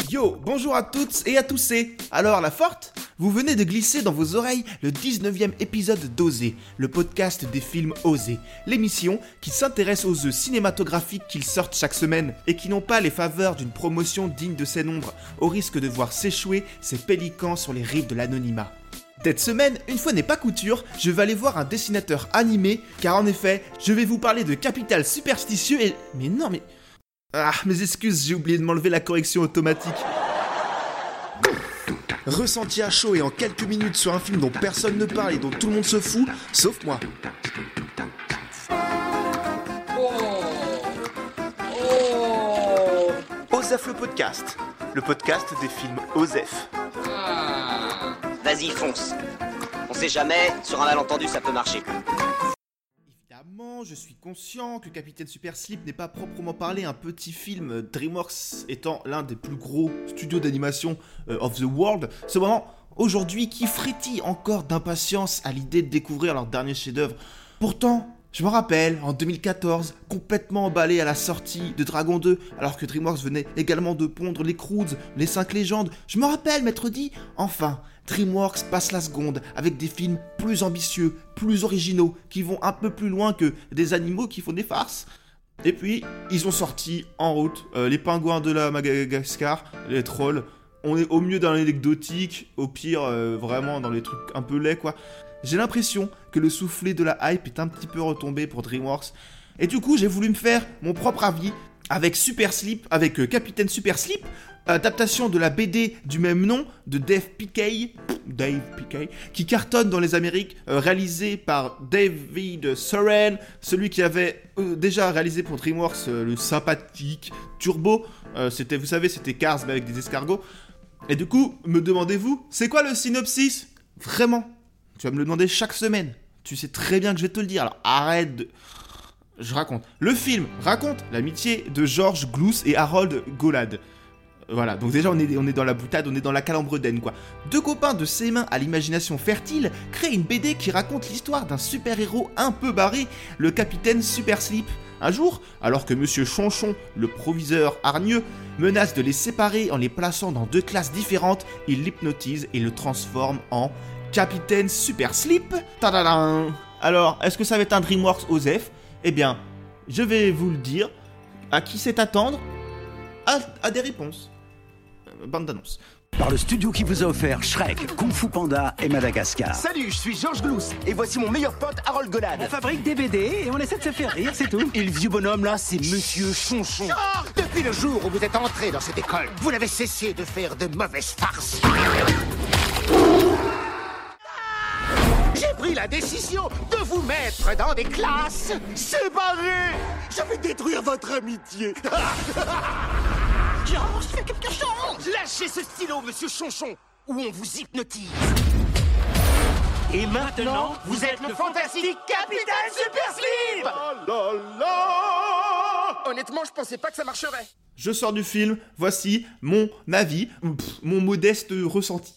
Yo, bonjour à toutes et à tous. Alors la forte, vous venez de glisser dans vos oreilles le 19e épisode d'Oser, le podcast des films osés, l'émission qui s'intéresse aux œufs cinématographiques qu'ils sortent chaque semaine et qui n'ont pas les faveurs d'une promotion digne de ces nombres, au risque de voir s'échouer ces pélicans sur les rives de l'anonymat. Cette semaine, une fois n'est pas couture, je vais aller voir un dessinateur animé, car en effet, je vais vous parler de Capital Superstitieux et... Mais non, mais... Ah, mes excuses, j'ai oublié de m'enlever la correction automatique. Ressenti à chaud et en quelques minutes sur un film dont personne ne parle et dont tout le monde se fout, sauf moi. Osef le podcast des films Osef. Vas-y, fonce. On sait jamais, sur un malentendu, ça peut marcher. Évidemment, je suis conscient que Capitaine Super Slip n'est pas proprement parlé un petit film, DreamWorks étant l'un des plus gros studios d'animation of the world. Cependant, aujourd'hui, qui frétille encore d'impatience à l'idée de découvrir leur dernier chef-d'œuvre. Pourtant, je me rappelle, en 2014, complètement emballé à la sortie de Dragon 2, alors que DreamWorks venait également de pondre les Croods, les 5 légendes. Je me rappelle m'être dit, enfin, DreamWorks passe la seconde avec des films plus ambitieux, plus originaux, qui vont un peu plus loin que des animaux qui font des farces. Et puis, ils ont sorti en route les pingouins de la Madagascar, les trolls. On est au mieux dans l'anecdotique, au pire, vraiment dans les trucs un peu laids, quoi. J'ai l'impression que le soufflet de la hype est un petit peu retombé pour DreamWorks. Et du coup, j'ai voulu me faire mon propre avis avec Super Slip, avec Capitaine Super Slip, adaptation de la BD du même nom de Dave Pickey, qui cartonne dans les Amériques, réalisé par David Soren, celui qui avait déjà réalisé pour DreamWorks le sympathique Turbo. C'était, vous savez, c'était Cars mais avec des escargots. Et du coup, me demandez-vous, c'est quoi le synopsis ? Vraiment ? Tu vas me le demander chaque semaine. Tu sais très bien que je vais te le dire. Alors arrête de... Je raconte. Le film raconte l'amitié de George Glousse et Harold Golad. Voilà, donc déjà on est dans la boutade, on est dans la calembredaine quoi. Deux copains de ses mains à l'imagination fertile créent une BD qui raconte l'histoire d'un super-héros un peu barré, le capitaine Super Slip. Un jour, alors que Monsieur Chonchon, le proviseur hargneux, menace de les séparer en les plaçant dans deux classes différentes, il l'hypnotise et le transforme en Capitaine Super Slip. Tadadam. Alors, est-ce que ça va être un DreamWorks Osef ? Eh bien, je vais vous le dire. À qui c'est attendre ? À des réponses. Bande d'annonces. Par le studio qui vous a offert Shrek, Kung Fu Panda et Madagascar. Salut, je suis George Glousse et voici mon meilleur pote Harold Golad. On fabrique des BD et on essaie de se faire rire, c'est tout. Et le vieux bonhomme là, c'est Monsieur Chonchon. Depuis le jour où vous êtes entré dans cette école, vous n'avez cessé de faire de mauvaises farces. J'ai pris la décision de vous mettre dans des classes séparées. Je vais détruire votre amitié. George, fais quelque chose. Lâchez ce stylo, Monsieur Chonchon, ou on vous hypnotise. Et maintenant, vous êtes le fantastique Capitaine Super Slip. Honnêtement, je pensais pas que ça marcherait. Je sors du film, voici mon avis, mon modeste ressenti.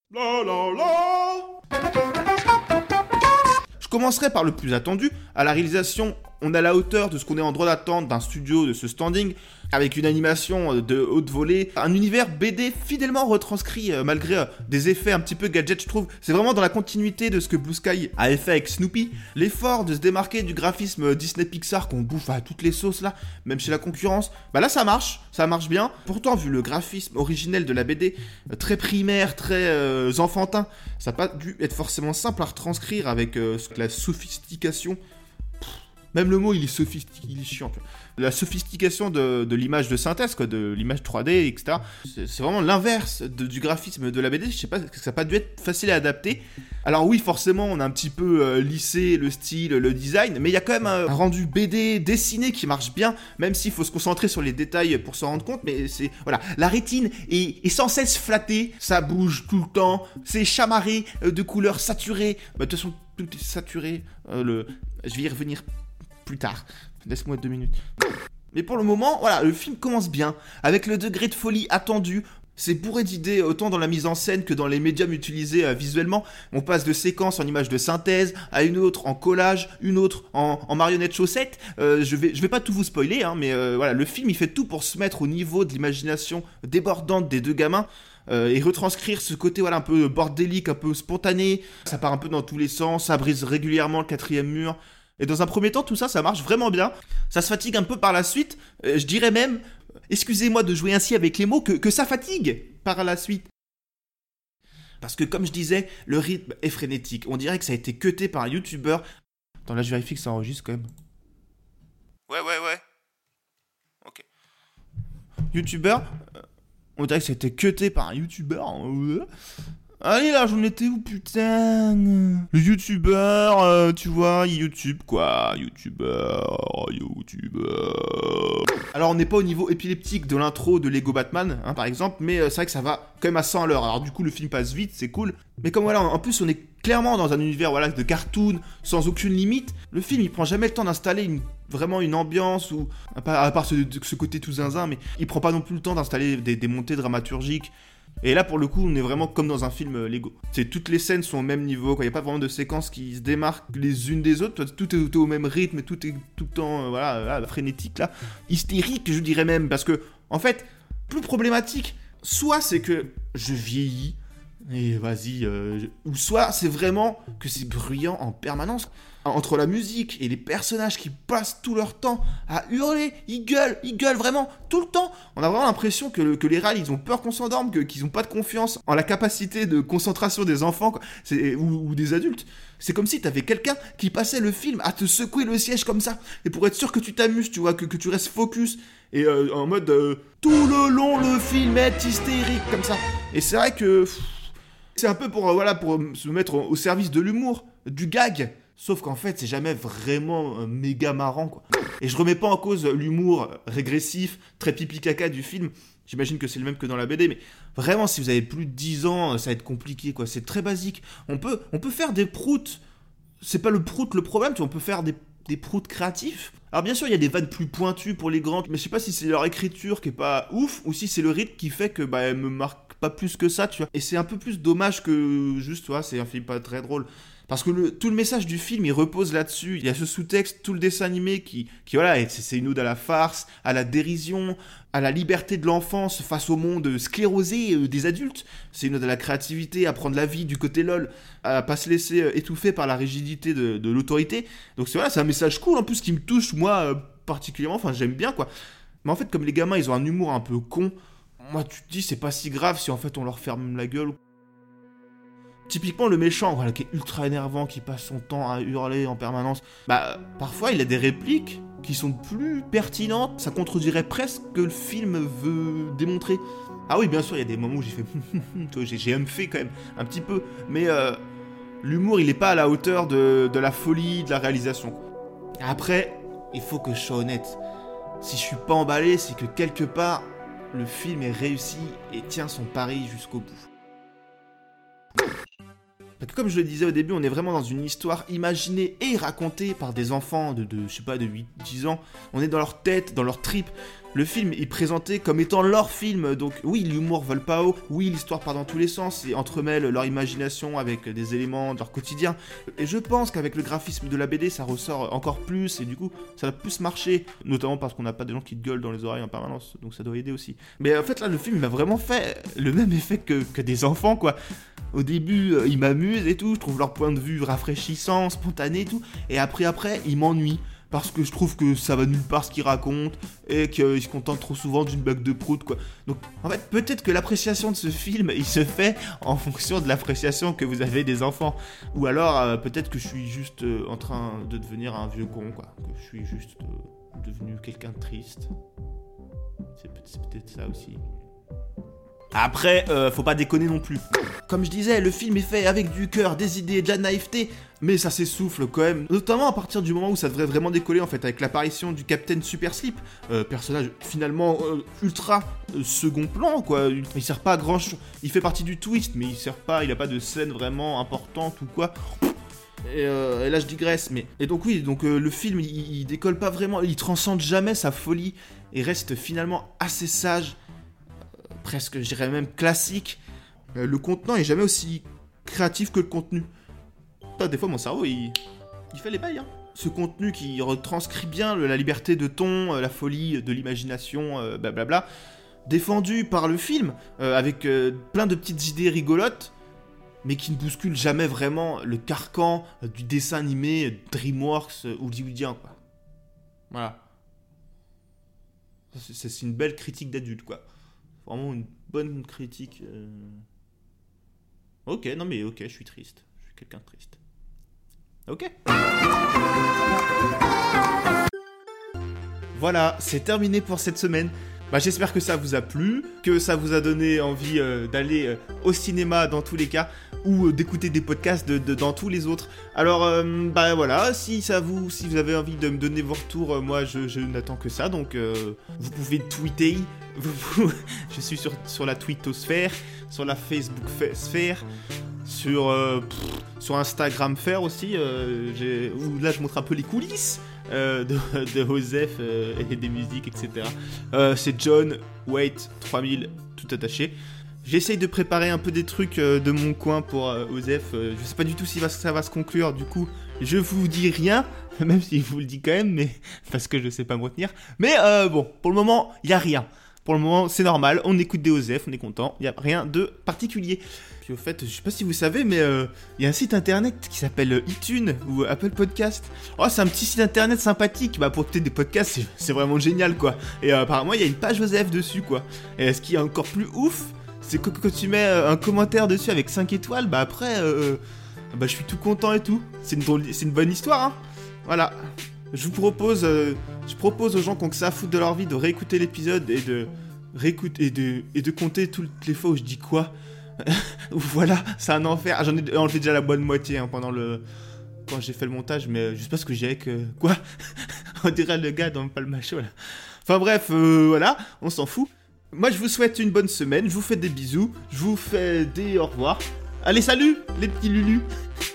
Je commencerai par le plus attendu. À la réalisation, on a la hauteur de ce qu'on est en droit d'attendre d'un studio de ce standing, avec une animation de haute volée, un univers BD fidèlement retranscrit malgré des effets un petit peu gadget, je trouve. C'est vraiment dans la continuité de ce que Blue Sky avait fait avec Snoopy. L'effort de se démarquer du graphisme Disney Pixar qu'on bouffe à toutes les sauces là, même chez la concurrence, bah là ça marche bien. Pourtant, vu le graphisme originel de la BD, très primaire, très enfantin, ça n'a pas dû être forcément simple à retranscrire avec la sophistication. Même le mot, il est chiant. La sophistication de l'image de synthèse, quoi, de l'image 3D, etc. C'est vraiment l'inverse du graphisme de la BD. Je sais pas, ça n'a pas dû être facile à adapter. Alors oui, forcément, on a un petit peu lissé le style, le design, mais il y a quand même un rendu BD dessiné qui marche bien, même s'il faut se concentrer sur les détails pour s'en rendre compte. Mais c'est... Voilà, la rétine est sans cesse flattée, ça bouge tout le temps, c'est chamarré de couleurs saturées. De toute façon, tout est saturé. Je vais y revenir plus tard. Laisse-moi 2 minutes. Mais pour le moment, voilà, le film commence bien, avec le degré de folie attendu. C'est bourré d'idées, autant dans la mise en scène que dans les médiums utilisés visuellement. On passe de séquences en images de synthèse à une autre en collage, une autre en marionnette chaussette. Je vais pas tout vous spoiler, hein, mais voilà, le film il fait tout pour se mettre au niveau de l'imagination débordante des deux gamins. Et retranscrire ce côté voilà un peu bordélique, un peu spontané. Ça part un peu dans tous les sens, ça brise régulièrement le quatrième mur. Et dans un premier temps, tout ça, ça marche vraiment bien. Ça se fatigue un peu par la suite. Je dirais même, excusez-moi de jouer ainsi avec les mots, que ça fatigue par la suite. Parce que comme je disais, le rythme est frénétique. On dirait que ça a été cuté par un youtubeur. Attends, là je vérifie que ça enregistre quand même. Ouais. Ok. Youtubeur, on dirait que ça a été cuté par un youtubeur. Allez là, j'en étais où putain? Le youtubeur, tu vois, YouTube quoi, youtubeur. Alors on n'est pas au niveau épileptique de l'intro de Lego Batman, hein, par exemple, mais c'est vrai que ça va quand même à 100 à l'heure. Alors du coup le film passe vite, c'est cool. Mais comme voilà, en plus on est clairement dans un univers voilà de cartoon, sans aucune limite, le film il prend jamais le temps d'installer vraiment une ambiance, ou à part ce côté tout zinzin, mais il prend pas non plus le temps d'installer des montées dramaturgiques. Et là pour le coup on est vraiment comme dans un film Lego. Toutes les scènes sont au même niveau, il n'y a pas vraiment de séquences qui se démarquent les unes des autres, tout est au même rythme, tout est tout le temps frénétique là, hystérique je dirais même, parce que en fait, plus problématique, soit c'est que je vieillis, et vas-y, ou soit c'est vraiment que c'est bruyant en permanence. Entre la musique et les personnages qui passent tout leur temps à hurler, ils gueulent vraiment tout le temps. On a vraiment l'impression que les râles, ils ont peur qu'on s'endorme, qu'ils ont pas de confiance en la capacité de concentration des enfants quoi. Ou des adultes. C'est comme si t'avais quelqu'un qui passait le film à te secouer le siège comme ça. Et pour être sûr que tu t'amuses, tu vois, que tu restes focus. Et en mode tout le long le film est hystérique comme ça. Et c'est vrai que c'est un peu pour se mettre au service de l'humour, du gag. Sauf qu'en fait, c'est jamais vraiment méga marrant, quoi. Et je remets pas en cause l'humour régressif, très pipi-caca du film. J'imagine que c'est le même que dans la BD, mais vraiment, si vous avez plus de 10 ans, ça va être compliqué, quoi. C'est très basique. On peut faire des proutes. C'est pas le prout le problème, on peut faire des proutes créatifs. Alors bien sûr, il y a des vannes plus pointues pour les grands, mais je sais pas si c'est leur écriture qui est pas ouf, ou si c'est le rythme qui fait que elle me marque pas plus que ça, tu vois. Et c'est un peu plus dommage que juste, tu vois, c'est un film pas très drôle. Parce que tout le message du film, il repose là-dessus. Il y a ce sous-texte, tout le dessin animé qui voilà, c'est une ode à la farce, à la dérision, à la liberté de l'enfance face au monde sclérosé des adultes. C'est une ode à la créativité, à prendre la vie du côté lol, à pas se laisser étouffer par la rigidité de l'autorité. Donc c'est un message cool, en plus, qui me touche, moi, particulièrement. Enfin, j'aime bien, quoi. Mais en fait, comme les gamins, ils ont un humour un peu con, moi, tu te dis, c'est pas si grave si, en fait, on leur ferme la gueule. Typiquement le méchant, voilà, qui est ultra énervant, qui passe son temps à hurler en permanence, parfois il a des répliques qui sont plus pertinentes, ça contredirait presque ce que le film veut démontrer. Ah oui, bien sûr, il y a des moments où j'ai fait j'ai humpé quand même, un petit peu, mais l'humour il est pas à la hauteur de la folie de la réalisation. Après, il faut que je sois honnête, si je suis pas emballé, c'est que quelque part, le film est réussi et tient son pari jusqu'au bout. Parce que comme je le disais au début, on est vraiment dans une histoire imaginée et racontée par des enfants de 8-10 ans. On est dans leur tête, dans leur trip. Le film est présenté comme étant leur film, donc oui, l'humour vole pas haut, oui, l'histoire part dans tous les sens et entremêle leur imagination avec des éléments de leur quotidien. Et je pense qu'avec le graphisme de la BD, ça ressort encore plus et du coup, ça va plus marcher, notamment parce qu'on n'a pas des gens qui te gueulent dans les oreilles en permanence, donc ça doit aider aussi. Mais en fait, là, le film, il m'a vraiment fait le même effet que des enfants, quoi. Au début, ils m'amusent et tout, je trouve leur point de vue rafraîchissant, spontané et tout, et après, ils m'ennuient. Parce que je trouve que ça va nulle part ce qu'ils racontent et qu'ils se contentent trop souvent d'une blague de prout, quoi. Donc, en fait, peut-être que l'appréciation de ce film, il se fait en fonction de l'appréciation que vous avez des enfants. Ou alors, peut-être que je suis juste en train de devenir un vieux con, quoi. Que je suis juste devenu quelqu'un de triste. C'est peut-être ça aussi. Après, faut pas déconner non plus. Comme je disais, le film est fait avec du cœur, des idées et de la naïveté, mais ça s'essouffle quand même. Notamment à partir du moment où ça devrait vraiment décoller, en fait, avec l'apparition du Captain Super Slip, personnage finalement ultra second plan, quoi. Il sert pas à grand chose. Il fait partie du twist, mais il a pas de scène vraiment importante ou quoi. Et là je digresse, mais... Et donc oui, le film il décolle pas vraiment, il transcende jamais sa folie et reste finalement assez sage. presque, je dirais même classique. Le contenant est jamais aussi créatif que le contenu. Putain, des fois, mon cerveau, il fait les bails, hein. Ce contenu qui retranscrit bien la liberté de ton, la folie de l'imagination, blablabla, défendu par le film, avec plein de petites idées rigolotes, mais qui ne bousculent jamais vraiment le carcan du dessin animé DreamWorks hollywoodien, quoi. Voilà. C'est une belle critique d'adulte, quoi. Vraiment une bonne critique. Ok, non mais ok, je suis triste. Je suis quelqu'un de triste. Ok. Voilà, c'est terminé pour cette semaine. J'espère que ça vous a plu, que ça vous a donné envie d'aller au cinéma dans tous les cas, ou d'écouter des podcasts dans tous les autres. Alors, voilà, si vous avez envie de me donner vos retours, moi je n'attends que ça, donc vous pouvez tweeter, je suis sur la twittosphère, sur la Facebook sphère, sur Instagram faire aussi, où là je montre un peu les coulisses de Osef et des musiques, etc. C'est John Wait 3000 tout attaché. J'essaye de préparer un peu des trucs de mon coin pour Osef. Je sais pas du tout si ça va se conclure, du coup je vous dis rien, même si je vous le dis quand même, mais parce que je sais pas me retenir. Mais bon, pour le moment il y a rien. Pour le moment, c'est normal, on écoute des Osef, on est content, il n'y a rien de particulier. Puis au fait, je sais pas si vous savez, mais il y a un site internet qui s'appelle iTunes ou Apple Podcast. Oh, c'est un petit site internet sympathique, pour écouter des podcasts, c'est vraiment génial, quoi. Et apparemment, il y a une page Osef dessus, quoi. Et ce qui est encore plus ouf, c'est que quand tu mets un commentaire dessus avec 5 étoiles, après, je suis tout content et tout. C'est une bonne histoire, hein. Voilà. Je propose aux gens qui ont que ça à foutre de leur vie de réécouter l'épisode et de compter toutes les fois où je dis quoi. Voilà, c'est un enfer. J'en ai enlevé déjà la bonne moitié quand j'ai fait le montage, mais je sais pas ce que j'ai avec quoi. On dirait le gars dans Palmacho là. Enfin bref, voilà, on s'en fout. Moi je vous souhaite une bonne semaine, je vous fais des bisous, je vous fais des au revoir. Allez, salut les petits lulus.